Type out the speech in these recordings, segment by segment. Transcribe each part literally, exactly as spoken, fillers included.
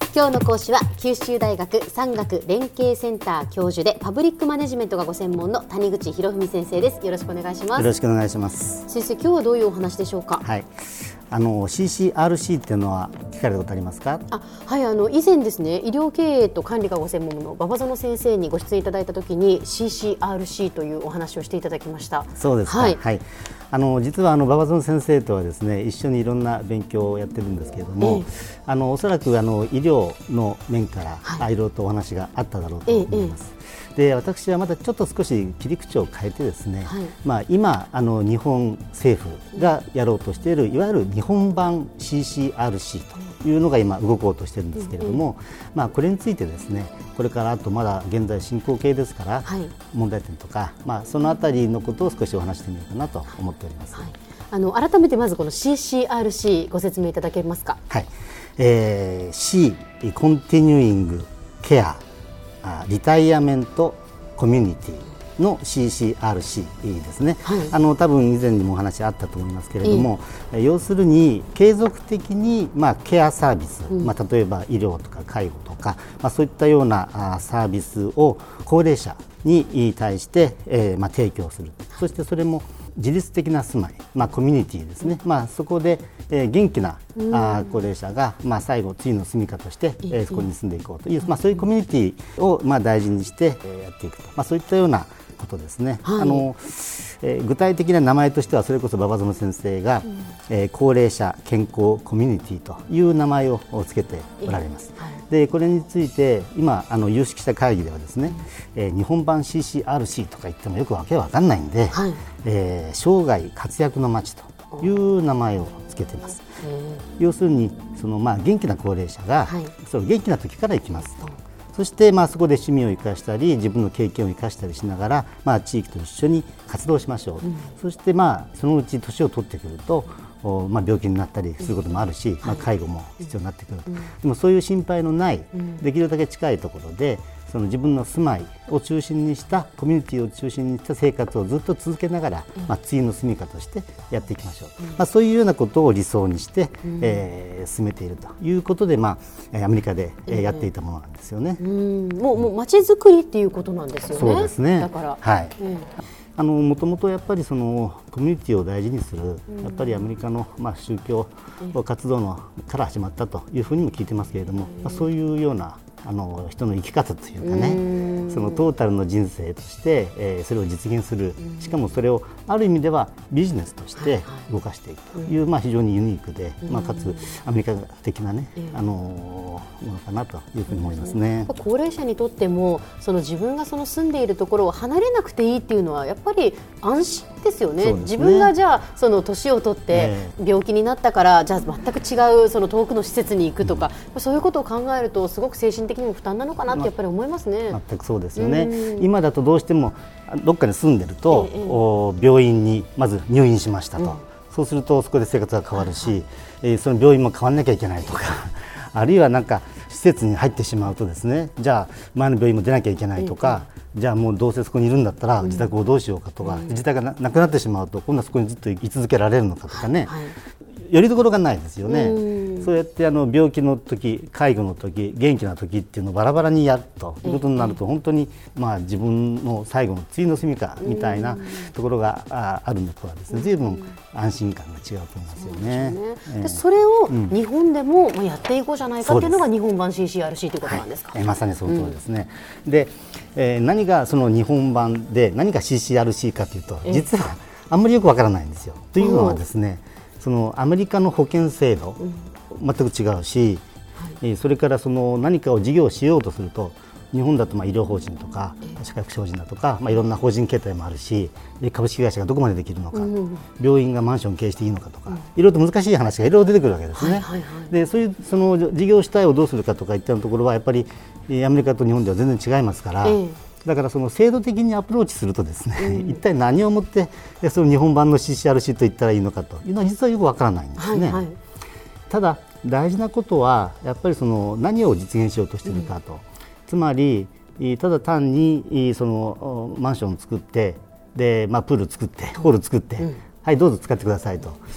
今日の講師は九州大学産学連携センター教授でパブリックマネジメントがご専門の谷口博文先生です。よろしくお願いします。 よろしくお願いします。 先生、今日はどういうお話でしょうか。 はい、あの シーシーアールシー っていうのは聞かれたことありますか。 あ、はい、あの以前ですね、医療経営と管理がご専門の馬場園先生にご出演いただいたときに シーシーアールシー というお話をしていただきました。 そうですか。 はい、 はい、あの実はあの馬場園先生とはですね、一緒にいろんな勉強をやってるんですけれども、ええ、あのおそらくあの医療の面から、はい、いろいろとお話があっただろうと思います。ええ、で私はまたちょっと少し切り口を変えてですね、はい、まあ、今あの日本政府がやろうとしているいわゆる日本版 シーシーアールシー というのが今動こうとしているんですけれども、まあ、これについてですね、これからあとまだ現在進行形ですから、はい、問題点とか、まあ、そのあたりのことを少しお話してみようかなと思っております。はい、 あの改めてまずこの シーシーアールシー ご説明いただけますか。 はい、えー、C コンティニューイングケアリタイアメントコミュニティの シーシーアールシー ですね。はい、あの多分以前にもお話あったと思いますけれども、えー、要するに継続的に、まあ、ケアサービス、うん、まあ、例えば医療とか介護とか、まあ、そういったようなあサービスを高齢者に対して、えーまあ、提供する。そしてそれも自律的な住まい、まあ、コミュニティですね、まあ、そこで、えー、元気な、うん、あ高齢者が、まあ、最後次の住みかとして、えー、そこに住んでいこうという、まあ、そういうコミュニティを、まあ、大事にして、えー、やっていくと、まあ、そういったようなことですね。はい、あのえー、具体的な名前としてはそれこそ馬場園先生が、うん、えー、高齢者健康コミュニティという名前をつけておられます。はい、でこれについて今あの有識者会議ではですね、うん、えー、日本版 シーシーアールシー とか言ってもよくわけわかんないんで、はい、えー、生涯活躍の街という名前をつけています。要するにその、まあ、元気な高齢者が、はい、その元気な時から生きますと。そして、まあ、そこで趣味を生かしたり自分の経験を生かしたりしながら、まあ、地域と一緒に活動しましょう。うん、そして、まあ、そのうち年を取ってくると、まあ、病気になったりすることもあるし、うん、まあ、介護も必要になってくる。うん、でもそういう心配のない、うん、できるだけ近いところでその自分の住まいを中心にしたコミュニティを中心にした生活をずっと続けながら、うん、まあ、次の住みかとしてやっていきましょう。うん、まあ、そういうようなことを理想にして、うん、えー、進めているということで、まあ、アメリカでやっていたものなんですよね。 うん、もう、もう街づくりっていうことなんですよね。 そうですね。 だから、 はい、うん、あのもともとやっぱりそのコミュニティを大事にする、やっぱりアメリカの、まあ、宗教活動のから始まったというふうにも聞いてますけれども、まあ、そういうようなあの人の生き方というかね、そのトータルの人生として、えー、それを実現する、しかもそれをある意味ではビジネスとして動かしていくという、まあ、非常にユニークで、まあ、かつアメリカ的な、ね、あのものかなというふうに思いますね。 高齢者にとってもその自分がその住んでいるところを離れなくていいっていうのはやっぱり安心ですよね。そうですね。自分がじゃあその年を取って病気になったから、じゃあ全く違うその遠くの施設に行くとか、うん、そういうことを考えるとすごく精神的にも負担なのかなってやっぱり思いますね。 ま、全くそうですよね。今だとどうしてもどっかに住んでると、ええ、病院にまず入院しましたと、うん、そうするとそこで生活が変わるし、はいはい、えー、その病院も変わらなきゃいけないとかあるいはなんか施設に入ってしまうとですね、じゃあ前の病院も出なきゃいけないとか、ええ、じゃあもうどうせそこにいるんだったら自宅をどうしようかとか、うん、自宅がなくなってしまうと今度はそこにずっと居続けられるのかとかね、はいはい、よりどころがないですよね。うん、そうやってあの病気の時、介護の時、元気な時っていうのをバラバラにやるということになると、本当にまあ自分の最後の次の住みかみたいなところがああるのとはですね、随分安心感が違うと思いますよね。 そうですよね。でそれを日本でもやっていこうじゃないかっていうのが日本版 シーシーアールシー ということなんですか。 はい、まさにその通りですね。うん、で、えー、何がその日本版で何が シーシーアールシー かというと、実はあんまりよくわからないんですよ。というのはですね、そのアメリカの保険制度、全く違うし、はい、それからその何かを事業しようとすると日本だとまあ医療法人とか社会福祉法人だとか、まあ、いろんな法人形態もあるし、株式会社がどこまでできるのか、うん、病院がマンションを経営していいのかとか、うん、いろいろと難しい話がいろいろ出てくるわけですね。はいはいはい、でそういうその事業主体をどうするかとかいったところはやっぱりアメリカと日本では全然違いますから、ええ、だからその制度的にアプローチするとですね、うん、一体何をもってその日本版の シーシーアールシー と言ったらいいのかというのは実はよくわからないんですね。はいはい、ただ大事なことはやっぱりその何を実現しようとしているかと、うん、つまりただ単にそのマンションを作ってで、まあ、プール作ってホール作って、うん、はいどうぞ使ってくださいと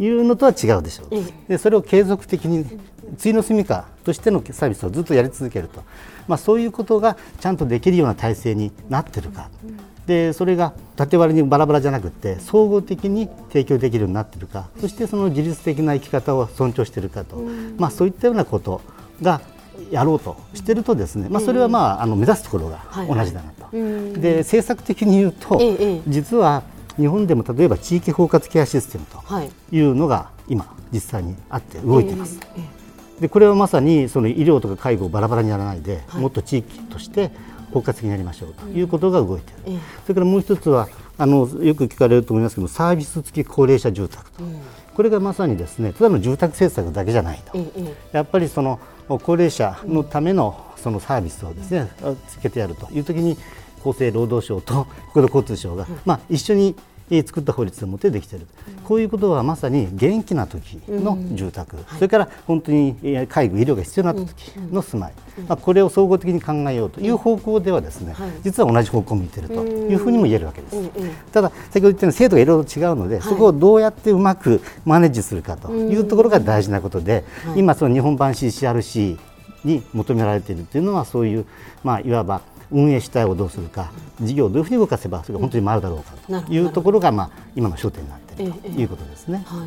いうのとは違うでしょう。でそれを継続的に終の住処としてのサービスをずっとやり続けると、まあ、そういうことがちゃんとできるような体制になっているか、でそれが縦割りにバラバラじゃなくて総合的に提供できるようになっているか、そしてその自律的な生き方を尊重しているかと、まあ、そういったようなことがやろうとしているとですね、まあ、それはまああの目指すところが同じだなと、で政策的に言うと、実は日本でも例えば地域包括ケアシステムというのが今実際にあって動いています。でこれはまさにその医療とか介護をバラバラにやらないで、もっと地域として包括的にやりましょうということが動いている。それからもう一つはあのよく聞かれると思いますけど、サービス付き高齢者住宅と、これがまさにですね、ただの住宅政策だけじゃないと、やっぱりその高齢者のためのそのサービスをですね、つけてやるというときに厚生労働省と国土交通省が、まあ、一緒に作った法律でもってできている、こういうことはまさに元気な時の住宅、それから本当に介護医療が必要になった時の住まい、まあ、これを総合的に考えようという方向ではですね、実は同じ方向を向いているというふうにも言えるわけです。ただ先ほど言ったように制度がいろいろ違うので、そこをどうやってうまくマネージするかというところが大事なことで、今その日本版 シーシーアールシー に求められているというのは、そういう、まあ、いわば運営主体をどうするか、事業をどういうふうに動かせばそれが本当に回るだろうかというところが、まあ、今の焦点になっているということですね。 はいはい、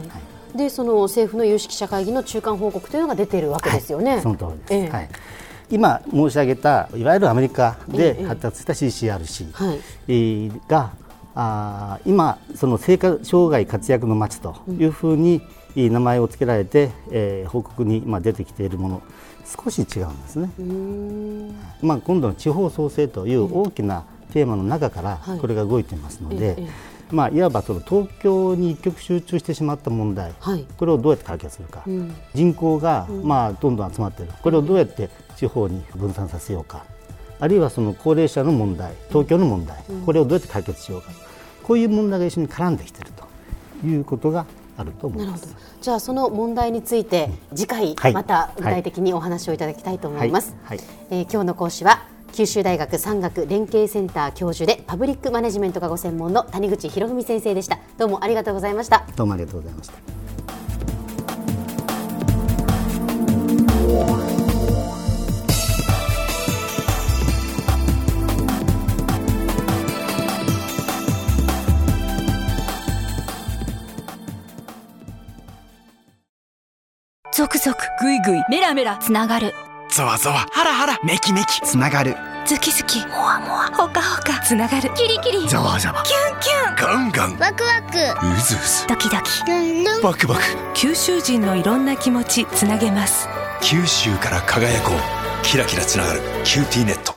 でその政府の有識者会議の中間報告というのが出ているわけですよね。 はい、その通りです。ええ、はい、今申し上げたいわゆるアメリカで発達した シーシーアールシー が、あ今その生活障害活躍の街というふうに名前を付けられて、えー、報告に今出てきているもの、少し違うんですね。うーん、まあ、今度の地方創生という大きなテーマの中からこれが動いていますので、はい、まあ、いわばその東京に一極集中してしまった問題、はい、これをどうやって解決するか、うん、人口がまあどんどん集まっている、これをどうやって地方に分散させようか、あるいはその高齢者の問題、東京の問題、これをどうやって解決しようか、こういう問題が一緒に絡んできているということがあると思います。 じゃあその問題について次回また具体的にお話をいただきたいと思います。はいはい、えー、今日の講師は九州大学産学連携センター教授でパブリックマネジメントがご専門の谷口博文先生でした。どうもありがとうございました。 どうもありがとうございました。 ゾクゾクグイグイメラメラつながる、 ゾワゾワハラハラメキメキつながる、 ズキズキモワモワホカホカつながる、キリキリザワザワキュンキュンガンガンワクワクウズウズドキドキルンルンバクバク、 九州人のいろんな気持ちつなげます。 九州から輝こう、キラキラつながるキューティーネット。